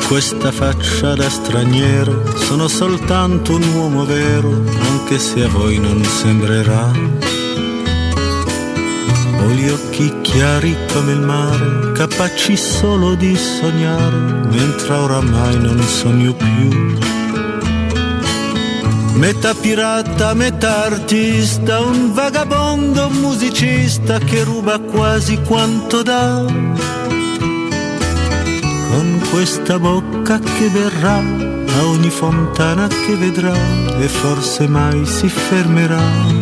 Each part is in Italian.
questa faccia da straniero sono soltanto un uomo vero, anche se a voi non sembrerà. Ho gli occhi chiari come il mare, capaci solo di sognare, mentre oramai non sogno più. Metà pirata, metà artista, un vagabondo musicista che ruba quasi quanto dà. Con questa bocca che berrà a ogni fontana che vedrà e forse mai si fermerà.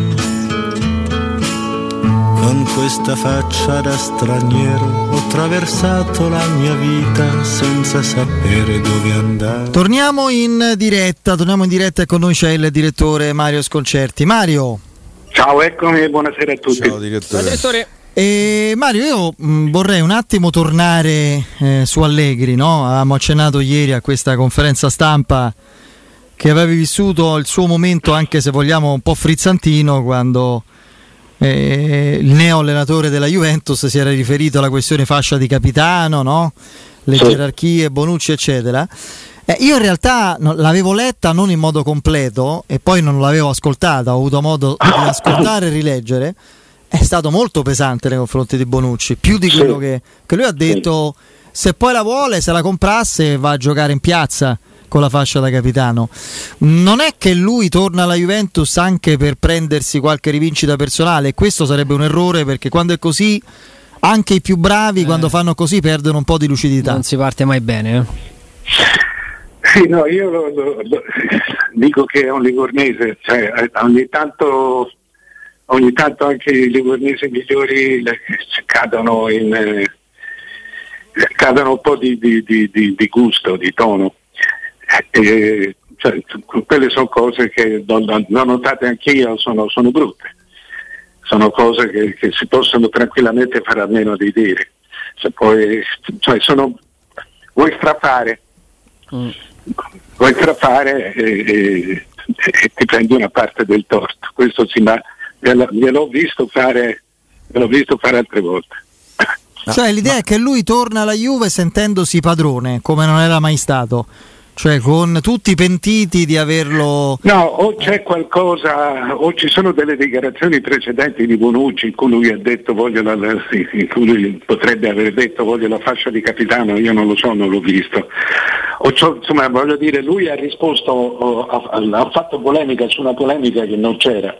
Con questa faccia da straniero ho traversato la mia vita senza sapere dove andare. Torniamo in diretta e con noi c'è il direttore Mario Sconcerti. Mario. Ciao, eccomi, buonasera a tutti. Ciao direttore. Mario, io vorrei un attimo tornare su Allegri, no? Avevamo accennato ieri a questa conferenza stampa che avevi vissuto il suo momento, anche se vogliamo un po' frizzantino, quando il neo allenatore della Juventus si era riferito alla questione fascia di capitano, no? Le gerarchie, Bonucci eccetera. Io in realtà l'avevo letta non in modo completo e poi non l'avevo ascoltata, ho avuto modo di ascoltare e rileggere. È stato molto pesante nei confronti di Bonucci, più di quello che lui ha detto. Se poi la vuole, se la comprasse, va a giocare in piazza con la fascia da capitano. Non è che lui torna alla Juventus anche per prendersi qualche rivincita personale, e questo sarebbe un errore, perché quando è così anche i più bravi quando fanno così perdono un po' di lucidità. Non si parte mai bene, Sì, no, io lo dico che è un livornese, cioè ogni tanto anche i livornesi migliori cadono un po' di gusto, di tono. Cioè, quelle sono cose che l'ho notate anch'io, sono brutte, sono cose che si possono tranquillamente fare a meno di dire. Se poi, cioè, vuoi strafare e ti prendi una parte del torto. Questo gliel'ho visto fare altre volte. Cioè l'idea è che lui torna alla Juve sentendosi padrone, come non era mai stato, cioè con tutti pentiti di averlo. No, o c'è qualcosa, o ci sono delle dichiarazioni precedenti di Bonucci in cui lui ha detto in cui lui potrebbe aver detto voglio la fascia di capitano, io non lo so, non l'ho visto. Insomma, voglio dire, lui ha risposto, ha fatto polemica su una polemica che non c'era.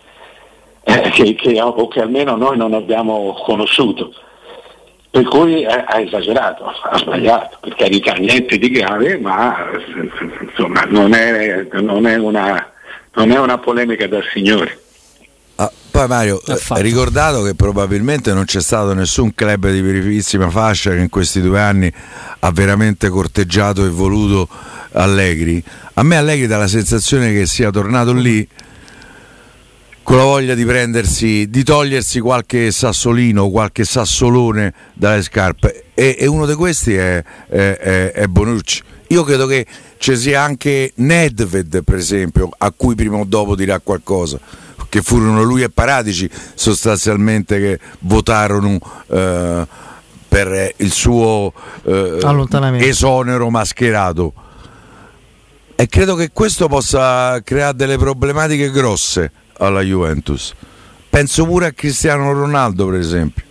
O che almeno noi non abbiamo conosciuto, per cui ha esagerato, ha sbagliato, per carità, niente di grave, ma insomma non è una polemica da signori. Poi Mario, ricordato che probabilmente non c'è stato nessun club di primissima fascia che in questi 2 anni ha veramente corteggiato e voluto Allegri. A me Allegri dà la sensazione che sia tornato lì con la voglia di togliersi qualche sassolino, qualche sassolone dalle scarpe, e uno di questi è Bonucci. Io credo che ci sia anche Nedved, per esempio, a cui prima o dopo dirà qualcosa, che furono lui e Paratici sostanzialmente che votarono per il suo esonero mascherato, e credo che questo possa creare delle problematiche grosse alla Juventus. Penso pure a Cristiano Ronaldo, per esempio.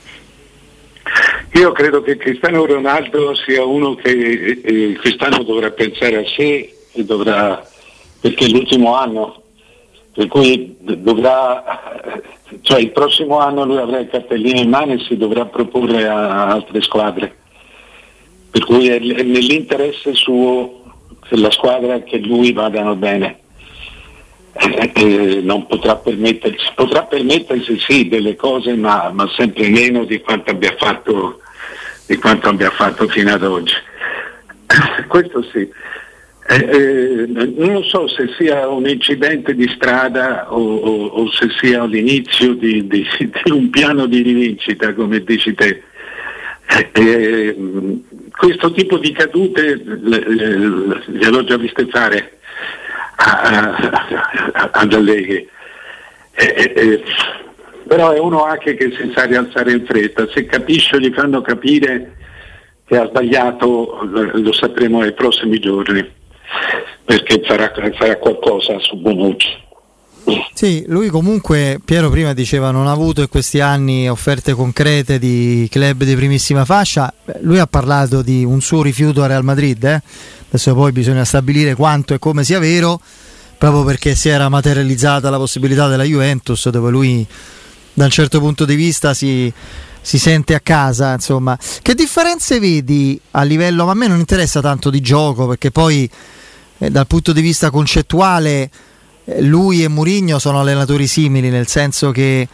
Io credo che Cristiano Ronaldo sia uno che quest'anno dovrà pensare a sé e perché è l'ultimo anno, per cui cioè il prossimo anno lui avrà il cartellino in mano e si dovrà proporre a altre squadre, per cui è nell'interesse suo della squadra che lui vadano bene. Non potrà permettersi sì delle cose, ma sempre meno di quanto abbia fatto fino ad oggi. Questo sì. Non so se sia un incidente di strada o se sia l'inizio di un piano di rivincita, come dici te. Questo tipo di cadute gliel'ho già viste fare ad Allegri, però è uno anche che si sa rialzare in fretta. Se capisce, gli fanno capire che ha sbagliato lo sapremo nei prossimi giorni, perché farà qualcosa su Bonucci. Sì, lui comunque, Piero prima diceva, non ha avuto in questi anni offerte concrete di club di primissima fascia. Lui ha parlato di un suo rifiuto a Real Madrid, adesso poi bisogna stabilire quanto e come sia vero, proprio perché si era materializzata la possibilità della Juventus, dove lui da un certo punto di vista si sente a casa, insomma. Che differenze vedi a livello, ma a me non interessa tanto di gioco, perché poi dal punto di vista concettuale lui e Mourinho sono allenatori simili, nel senso che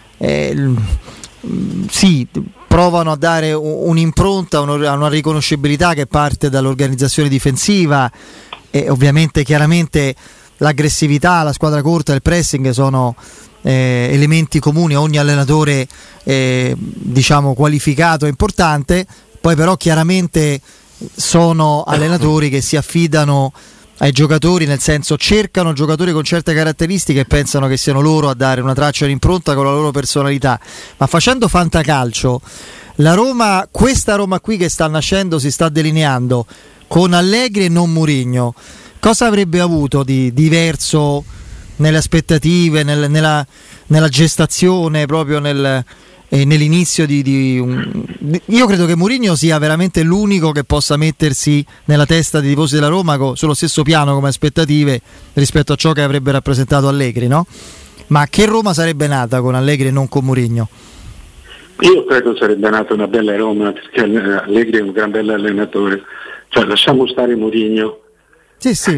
sì, provano a dare un'impronta, una riconoscibilità che parte dall'organizzazione difensiva, e ovviamente chiaramente l'aggressività, la squadra corta, il pressing sono elementi comuni a ogni allenatore diciamo qualificato e importante. Poi però chiaramente sono allenatori che si affidano ai giocatori, nel senso cercano giocatori con certe caratteristiche e pensano che siano loro a dare una traccia d'impronta con la loro personalità. Ma facendo fantacalcio, la Roma, questa Roma qui che sta nascendo, si sta delineando con Allegri e non Mourinho, cosa avrebbe avuto di diverso nelle aspettative, nella gestazione, proprio nell'inizio io credo che Mourinho sia veramente l'unico che possa mettersi nella testa dei tifosi della Roma sullo stesso piano come aspettative rispetto a ciò che avrebbe rappresentato Allegri, no? Ma che Roma sarebbe nata con Allegri e non con Mourinho? Io credo sarebbe nata una bella Roma, perché Allegri è un gran bel allenatore, cioè lasciamo stare Mourinho. Sì,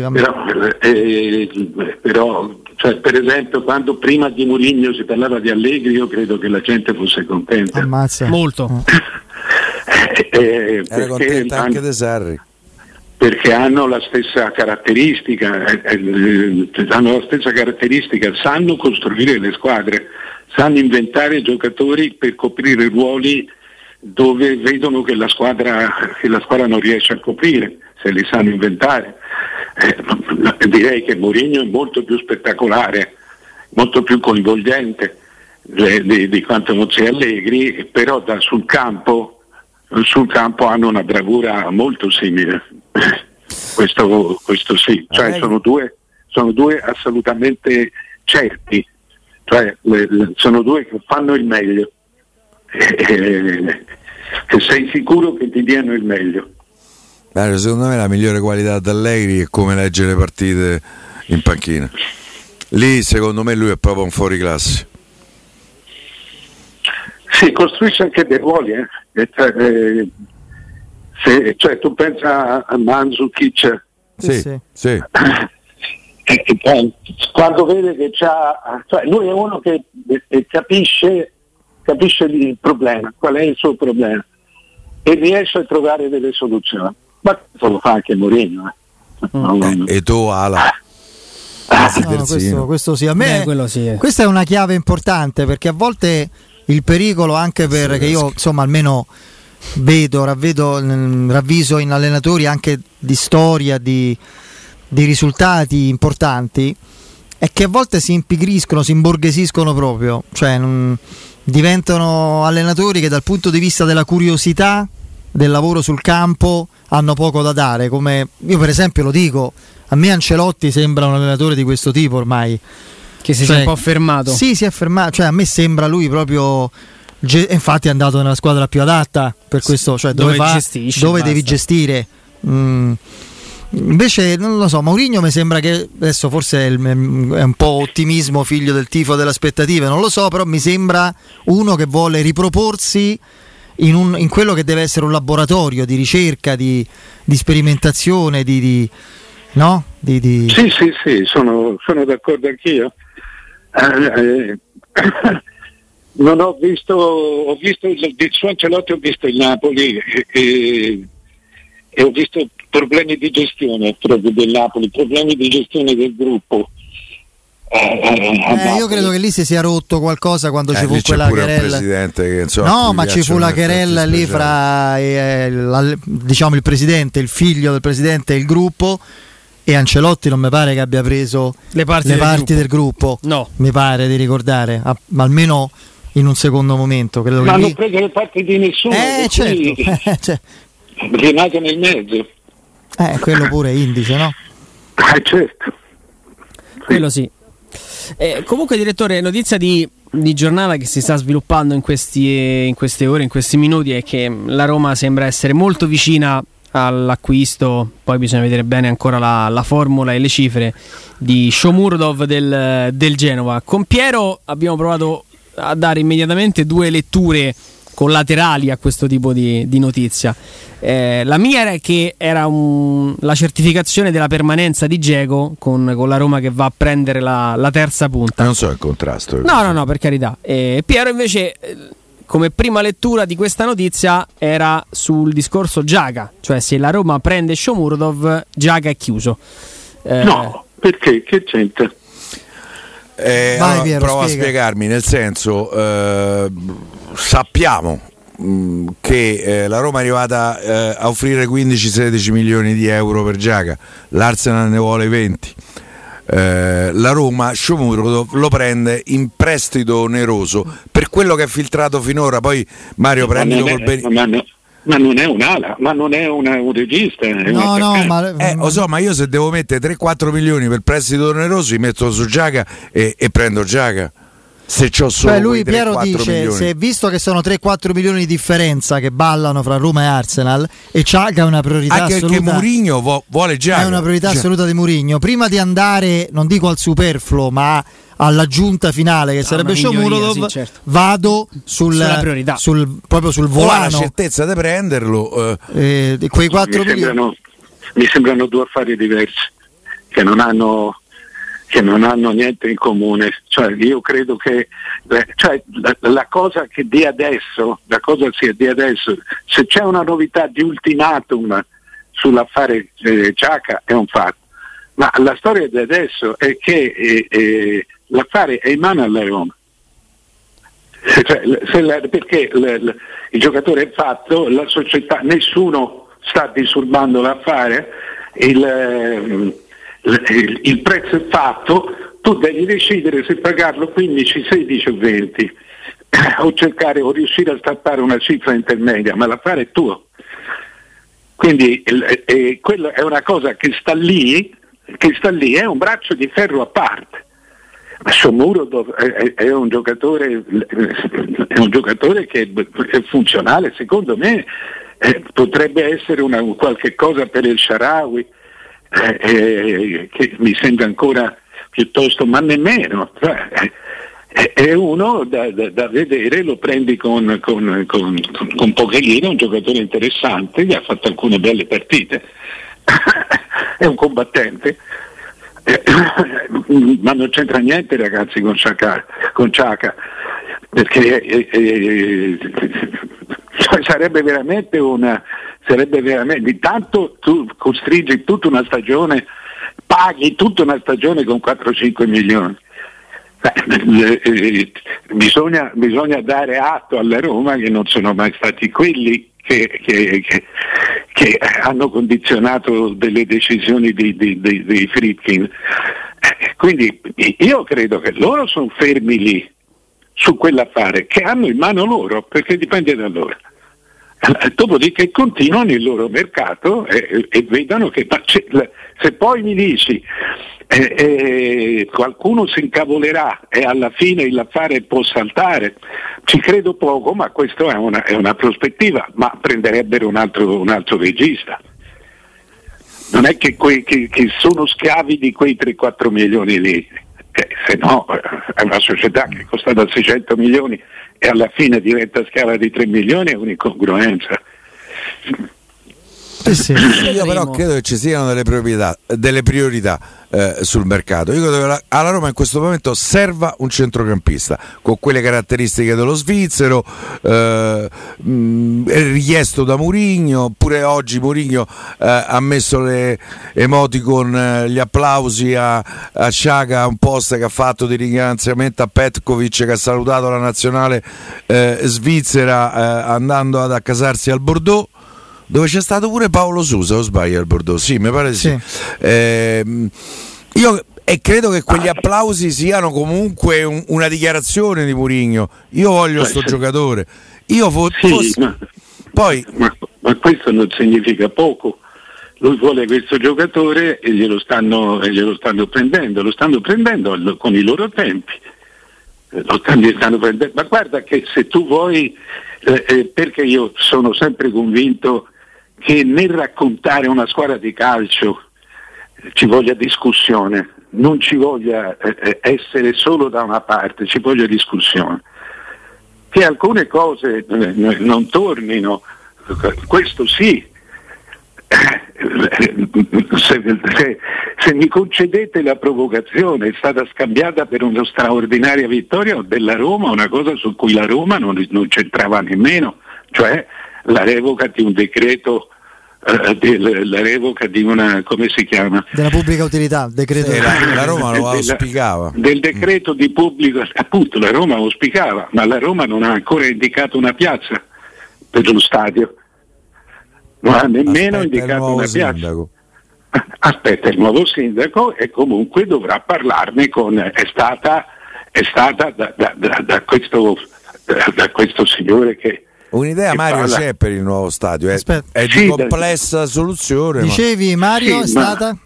però cioè, per esempio, quando prima di Mourinho si parlava di Allegri, io credo che la gente fosse contenta. Ammazza. Molto. Era contenta anche De Sarri, perché hanno la stessa caratteristica, sanno costruire le squadre, sanno inventare giocatori per coprire ruoli dove vedono che la squadra non riesce a coprire, se li sanno inventare. Direi che Mourinho è molto più spettacolare, molto più coinvolgente di quanto non sia Allegri, però sul campo hanno una bravura molto simile. Questo sì, cioè sono due assolutamente certi, cioè sono due che fanno il meglio, che sei sicuro che ti diano il meglio. Secondo me la migliore qualità di Allegri è come leggere le partite in panchina. Lì secondo me lui è proprio un fuoriclasse. Sì, costruisce anche dei ruoli, cioè tu pensa a Mandzukic. Sì. Quando vede che cioè lui è uno che capisce il problema, qual è il suo problema, e riesce a trovare delle soluzioni. Ma lo fa anche Mourinho. E tu Ala. Questo sì, a me questa è una chiave importante, perché a volte il pericolo, anche per che io insomma almeno ravviso in allenatori anche di storia, di risultati importanti, è che a volte si impigriscono, si imborghesiscono proprio, cioè diventano allenatori che dal punto di vista della curiosità del lavoro sul campo hanno poco da dare. Come io per esempio lo dico, a me Ancelotti sembra un allenatore di questo tipo ormai, che si è un po' fermato. Sì, si è fermato, cioè a me sembra lui proprio infatti è andato nella squadra più adatta per questo, cioè dove devi gestire. Invece non lo so, Mourinho mi sembra che adesso forse è un po' ottimismo figlio del tifo delle aspettative, non lo so, però mi sembra uno che vuole riproporsi in quello che deve essere un laboratorio di ricerca, di sperimentazione, no? Sì, sono d'accordo anch'io. Non ho visto su Ancelotti, ho visto il Napoli e ho visto problemi di gestione proprio del Napoli, problemi di gestione del gruppo. Io credo che lì si sia rotto qualcosa quando ci fu quella querella. Che, insomma, no, ma ci fu la querella lì fra diciamo il presidente, il figlio del presidente e il gruppo, e Ancelotti non mi pare che abbia preso le parti del gruppo. No, mi pare di ricordare, almeno in un secondo momento credo. Ma non preso le parti di nessuno. Certo. rimase nel mezzo. Quello pure è indice, no? Certo. Quello sì. Comunque, direttore, notizia di giornata che si sta sviluppando in queste ore, in questi minuti, è che la Roma sembra essere molto vicina all'acquisto, poi bisogna vedere bene ancora la formula e le cifre, di Shomurodov del Genova. Con Piero abbiamo provato a dare immediatamente due letture collaterali a questo tipo di notizia. La mia era che era la certificazione della permanenza di Dzeko con la Roma che va a prendere la terza punta. Non so il contrasto. No, per carità. Piero invece, come prima lettura di questa notizia, era sul discorso Giaga, cioè se la Roma prende Shomurodov, Giaga è chiuso. No, perché? Che c'entra? Vai, Piero, provo a spiegarmi, nel senso, sappiamo che la Roma è arrivata a offrire 15-16 milioni di euro per Giaga, l'Arsenal ne vuole 20. La Roma Shomurodov lo prende in prestito oneroso, per quello che è filtrato finora. Poi Mario, prendilo col benissimo. Ma non è un'ala, ma non è un regista. Lo so, ma io se devo mettere 3-4 milioni per prestito oneroso, li metto su Giaga e prendo Giaga. Se c'ho solo lui, Piero, dice milioni. Se visto che sono 3-4 milioni di differenza che ballano fra Roma e Arsenal, e Giaga è una priorità anche assoluta, perché Mourinho vuole Giaga, è una priorità assoluta di Mourinho, prima di andare, non dico al superfluo, ma all'aggiunta finale che sarebbe Shomurodov, sì, certo, vado sulla priorità, proprio sul volano, la certezza di prenderlo, quei 4 milioni mi sembrano due affari diversi che non hanno niente in comune. Cioè, io credo che la cosa che di adesso, se c'è una novità di ultimatum sull'affare Xhaka è un fatto, ma la storia di adesso è che l'affare è in mano alla Roma. Perché il giocatore è fatto, la società, nessuno sta disturbando l'affare, il prezzo è fatto, tu devi decidere se pagarlo 15, 16 o 20 o riuscire a stappare una cifra intermedia, ma l'affare è tuo. Quindi quello è una cosa che sta lì, è un braccio di ferro a parte. Ma Shomurodov è un giocatore che è funzionale, secondo me potrebbe essere qualche cosa per il Shaarawy, che mi sembra ancora piuttosto, ma nemmeno, è uno da vedere, lo prendi con Pochettino, un giocatore interessante che ha fatto alcune belle partite, è un combattente, ma non c'entra niente, ragazzi, con Xhaka, perché sarebbe veramente intanto tu costringi tutta una stagione, paghi tutta una stagione con 4-5 milioni. Bisogna dare atto alla Roma che non sono mai stati quelli che hanno condizionato delle decisioni dei Friedkin. Quindi io credo che loro sono fermi lì su quell'affare che hanno in mano loro, perché dipende da loro. Dopodiché continuano il loro mercato e vedono che se poi mi dici qualcuno si incavolerà e alla fine l'affare può saltare, ci credo poco, ma questa è una prospettiva, ma prenderebbero un altro regista. Non è che sono schiavi di quei 3-4 milioni lì, se no è una società che è costata 600 milioni e alla fine diventa schiava di 3 milioni, è un'incongruenza. Sì. Io però credo che ci siano delle priorità sul mercato. Io credo che alla Roma in questo momento serva un centrocampista con quelle caratteristiche dello svizzero, richiesto da Mourinho. Pure oggi Mourinho ha messo le emoticon, gli applausi a Xhaka, un post che ha fatto di ringraziamento a Petkovic, che ha salutato la nazionale svizzera andando ad accasarsi al Bordeaux, dove c'è stato pure Paolo Sousa, o sbaglio, al Bordeaux? Sì, mi pare di sì. Io credo che quegli applausi siano comunque una dichiarazione di Mourinho. Io voglio sto giocatore. Poi, ma questo non significa poco. Lui vuole questo giocatore e glielo stanno prendendo, con i loro tempi. Stanno prendendo. Ma guarda che se tu vuoi, perché io sono sempre convinto che nel raccontare una squadra di calcio ci voglia discussione, non ci voglia essere solo da una parte, ci voglia discussione. Che alcune cose non tornino, questo sì. Se mi concedete la provocazione, è stata scambiata per una straordinaria vittoria della Roma, una cosa su cui la Roma non c'entrava nemmeno, cioè la revoca di un decreto, la revoca di una, come si chiama? Della pubblica utilità, decreto. La Roma lo auspicava. Del decreto di pubblico, appunto la Roma auspicava, ma la Roma non ha ancora indicato una piazza per lo stadio. Non ha nemmeno indicato una piazza. Aspetta il nuovo sindaco e comunque dovrà parlarne è stata da questo signore che un'idea che Mario parla. C'è per il nuovo stadio, è di complessa soluzione. Dicevi Mario, è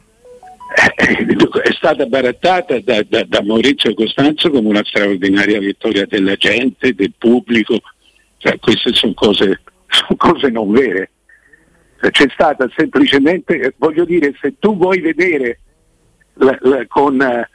stata barattata da Maurizio Costanzo come una straordinaria vittoria della gente, del pubblico, cioè, queste sono cose non vere. C'è stata semplicemente, voglio dire, se tu vuoi vedere con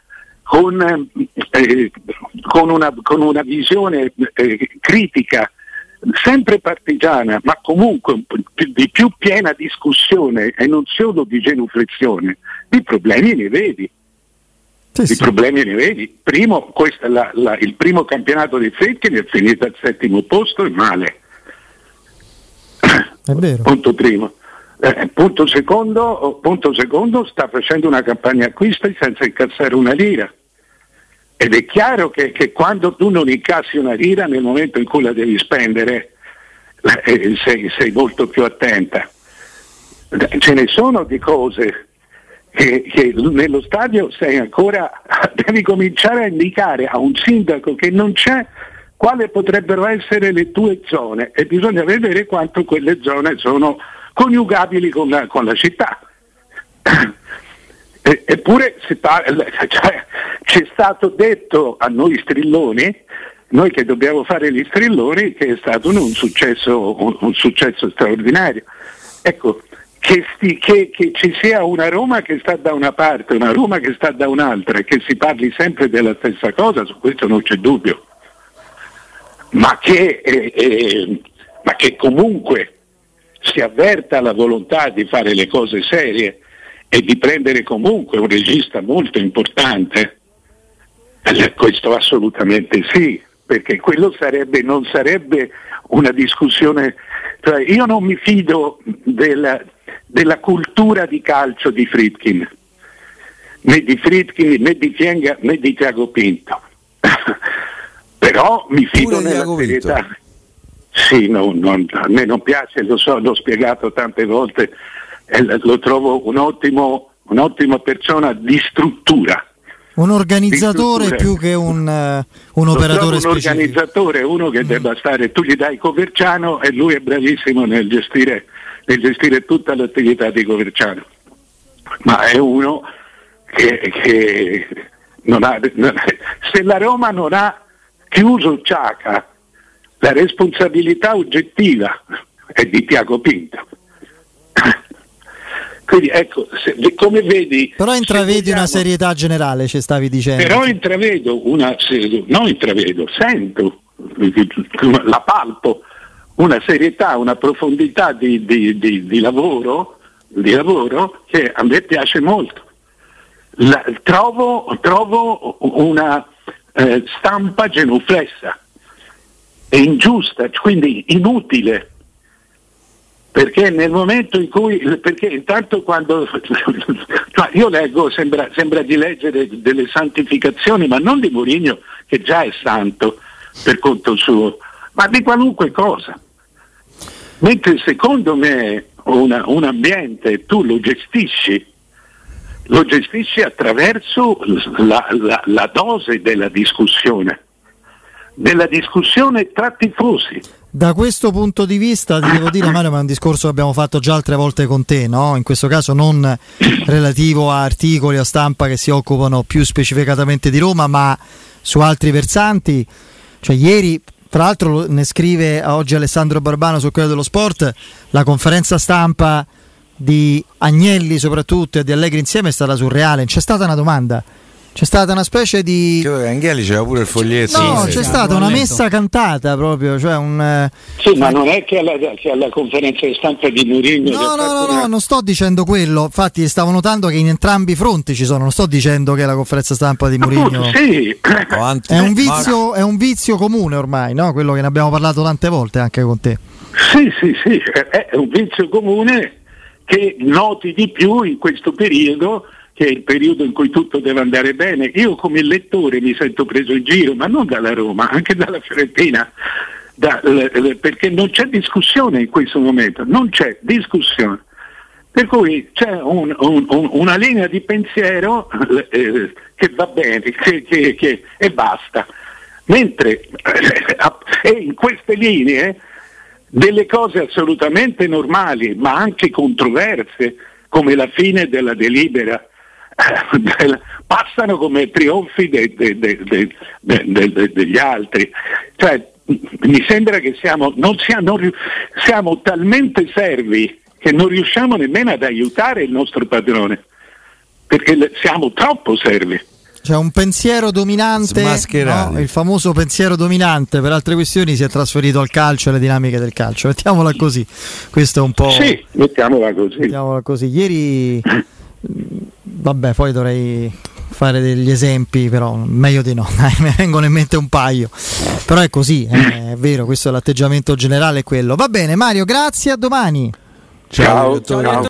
una visione critica, sempre partigiana, ma comunque di più piena discussione e non solo di genuflessione, i problemi ne vedi. Problemi ne vedi. Primo, questo il primo campionato di Fritkin è finito al 7° posto e male. È vero. Punto primo. Punto secondo, sta facendo una campagna acquisti senza incassare una lira. Ed è chiaro che quando tu non incassi una lira, nel momento in cui la devi spendere, sei molto più attenta. Ce ne sono di cose che nello stadio devi cominciare a indicare a un sindaco che non c'è quali potrebbero essere le tue zone e bisogna vedere quanto quelle zone sono coniugabili con la città. Eppure c'è stato detto a noi strilloni, noi che dobbiamo fare gli strilloni, che è stato un successo straordinario. Ecco, che ci sia una Roma che sta da una parte, una Roma che sta da un'altra e che si parli sempre della stessa cosa, su questo non c'è dubbio. Ma che comunque si avverta la volontà di fare le cose serie e di prendere comunque un regista molto importante, questo assolutamente sì, perché quello non sarebbe una discussione, cioè io non mi fido della cultura di calcio di Fritkin, né di Fienga né di Tiago Pinto. Però mi fido nella serietà. Sì, a me non piace, lo so, l'ho spiegato tante volte, lo trovo un'ottima persona di struttura. Un organizzatore più che un operatore specifico. Un organizzatore, uno che debba stare, tu gli dai Coverciano e lui è bravissimo nel gestire tutta l'attività di Coverciano. Ma è uno che non ha, se la Roma non ha chiuso Ciaca, la responsabilità oggettiva è di Tiago Pinto. Quindi ecco, come vedi. Però intravedi una serietà generale, ci stavi dicendo. Però sento, la palpo, una serietà, una profondità di lavoro che a me piace molto. Trovo una stampa genuflessa e ingiusta, quindi inutile, perché nel momento in cui, perché intanto quando io leggo, sembra di leggere delle santificazioni, ma non di Mourinho che già è santo per conto suo, ma di qualunque cosa, mentre secondo me un ambiente tu lo gestisci attraverso la dose della discussione, della discussione tra tifosi. Da questo punto di vista ti devo dire, Mario, ma è un discorso che abbiamo fatto già altre volte con te, no? In questo caso non relativo a articoli, a stampa che si occupano più specificatamente di Roma, ma su altri versanti. Cioè ieri, tra l'altro ne scrive oggi Alessandro Barbano sul Corriere dello Sport, la conferenza stampa di Agnelli soprattutto e di Allegri insieme è stata surreale. C'è stata una domanda, c'è stata una specie di... Agnelli c'era pure il foglietto. No, c'è stata una messa cantata proprio, cioè un... Sì, ma non è che alla conferenza di stampa di Mourinho... No, non sto dicendo quello, infatti stavo notando che in entrambi i fronti ci sono, non sto dicendo che la conferenza stampa di Mourinho... Sì. È un vizio comune ormai, no? Quello che ne abbiamo parlato tante volte anche con te. Sì, è un vizio comune che noti di più in questo periodo, che è il periodo in cui tutto deve andare bene. Io come lettore mi sento preso in giro, ma non dalla Roma, anche dalla Fiorentina, perché non c'è discussione in questo momento, non c'è discussione. Per cui c'è una linea di pensiero che va bene che e basta. Mentre in queste linee delle cose assolutamente normali, ma anche controverse, come la fine della delibera, passano come trionfi degli altri. Cioè, mi sembra che siamo talmente servi che non riusciamo nemmeno ad aiutare il nostro padrone, perché siamo troppo servi. C'è un pensiero dominante, no? Il famoso pensiero dominante per altre questioni si è trasferito al calcio e alle dinamiche del calcio, mettiamola così. Questo è un po'... Sì, mettiamola così. Ieri vabbè, poi dovrei fare degli esempi, però meglio di no, mi vengono in mente un paio, però è così, è vero, questo è l'atteggiamento generale, è quello. Va bene Mario, grazie, a domani. Ciao.